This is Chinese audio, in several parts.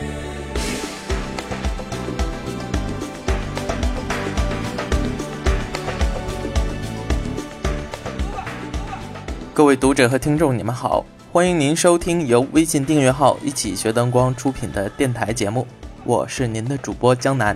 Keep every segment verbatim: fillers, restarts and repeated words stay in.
各位读者和听众，你们好，欢迎您收听由微信订阅号一起学灯光出品的电台节目，我是您的主播江南。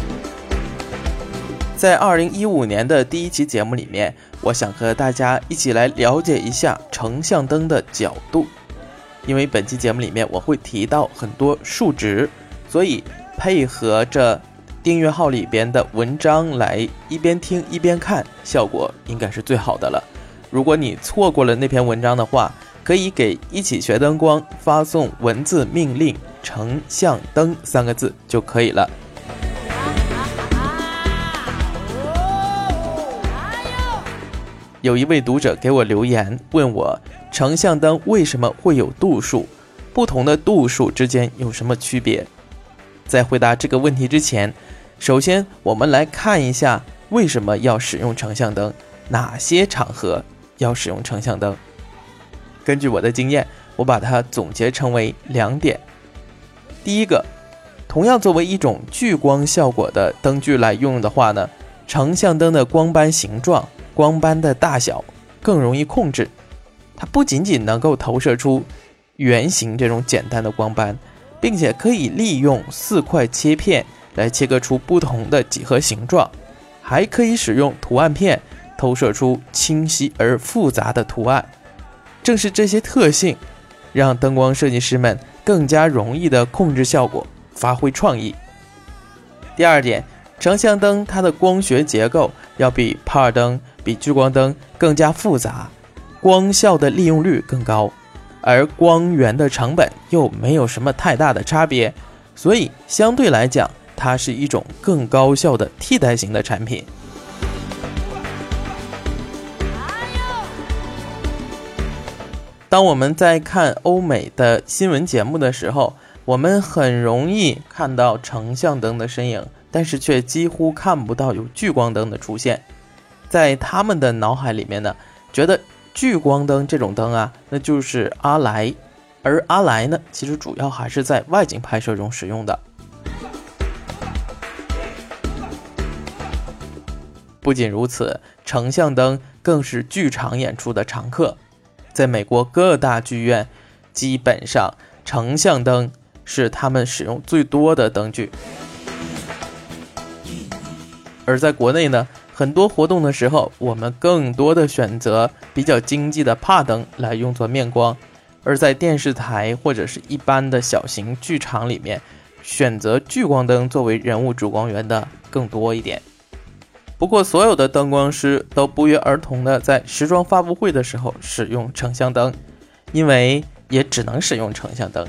在二零一五年的第一期节目里面，我想和大家一起来了解一下成像灯的角度。因为本期节目里面我会提到很多数值，所以配合着订阅号里边的文章来一边听一边看，效果应该是最好的了。如果你错过了那篇文章的话，可以给一起学灯光发送文字命令成像灯三个字就可以了。有一位读者给我留言问我，成像灯为什么会有度数，不同的度数之间有什么区别。在回答这个问题之前，首先我们来看一下为什么要使用成像灯，哪些场合要使用成像灯。根据我的经验，我把它总结成为两点。第一个，同样作为一种聚光效果的灯具来用的话呢，成像灯的光斑形状、光斑的大小更容易控制。它不仅仅能够投射出圆形这种简单的光斑，并且可以利用四块切片来切割出不同的几何形状，还可以使用图案片投射出清晰而复杂的图案。正是这些特性，让灯光设计师们更加容易的控制效果，发挥创意。第二点，成像灯它的光学结构要比帕尔灯、比聚光灯更加复杂，光效的利用率更高，而光源的成本又没有什么太大的差别，所以相对来讲，它是一种更高效的替代型的产品。当我们在看欧美的新闻节目的时候，我们很容易看到成像灯的身影，但是却几乎看不到有聚光灯的出现。在他们的脑海里面呢，觉得聚光灯这种灯啊，那就是阿莱，而阿莱呢，其实主要还是在外景拍摄中使用的。不仅如此，成像灯更是剧场演出的常客。在美国各大剧院，基本上成像灯是他们使用最多的灯具。而在国内呢，很多活动的时候，我们更多的选择比较经济的帕灯来用作面光，而在电视台或者是一般的小型剧场里面，选择聚光灯作为人物主光源的更多一点。不过所有的灯光师都不约而同的在时装发布会的时候使用成像灯，因为也只能使用成像灯。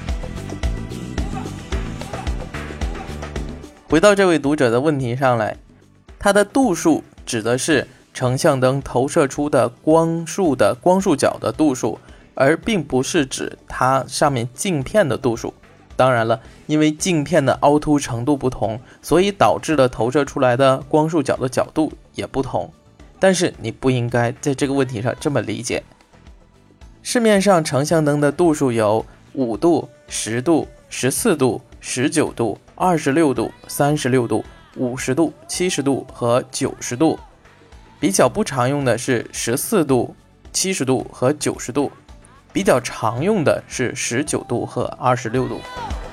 回到这位读者的问题上来，它的度数指的是成像灯投射出的光束的光束角的度数，而并不是指它上面镜片的度数。当然了，因为镜片的凹凸程度不同，所以导致了投射出来的光束角的角度也不同。但是你不应该在这个问题上这么理解。市面上成像灯的度数有五度、十度、十四度、十九度、二十六度、三十六度、五十度、七十度和九十度。比较不常用的是十四度、七十度和九十度。比较常用的是十九度和二十六度。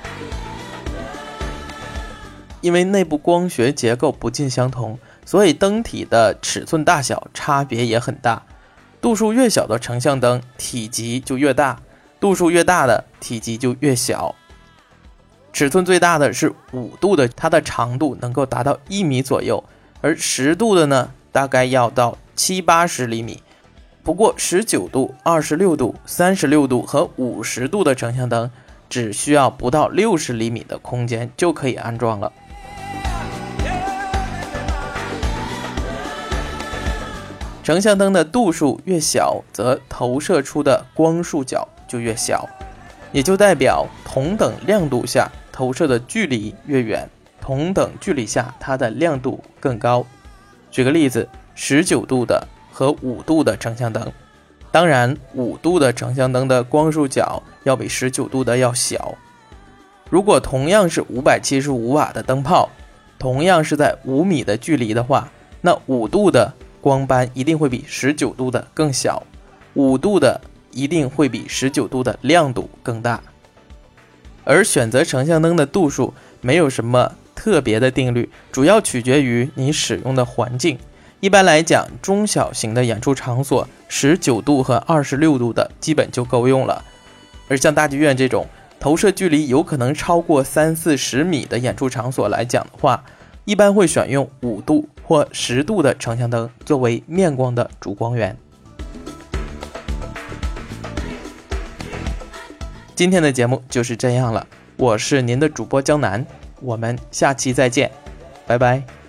因为内部光学结构不尽相同，所以灯体的尺寸大小差别也很大。度数越小的成像灯体积就越大，度数越大的体积就越小。尺寸最大的是五度的，它的长度能够达到一米左右，而十度的呢，大概要到七八十厘米。不过十九度、二十六度、三十六度和五十度的成像灯只需要不到六十厘米的空间就可以安装了。成像灯的度数越小，则投射出的光束角就越小，也就代表同等亮度下投射的距离越远，同等距离下它的亮度更高。举个例子，十九度的和五度的成像灯，当然五度的成像灯的光束角要比十九度的要小。 如果同样是五百七十五瓦的灯泡，同样是在五米的距离的话，那五度的光斑一定会比十九度的更小，五度的一定会比十九度的亮度更大。而选择成像灯的度数没有什么特别的定律，主要取决于你使用的环境。一般来讲，中小型的演出场所十九度和二十六度的基本就够用了。而像大剧院这种投射距离有可能超过三四十米的演出场所来讲的话，一般会选用五度或十度的成像灯作为面光的主光源。今天的节目就是这样了，我是您的主播江南，我们下期再见，拜拜。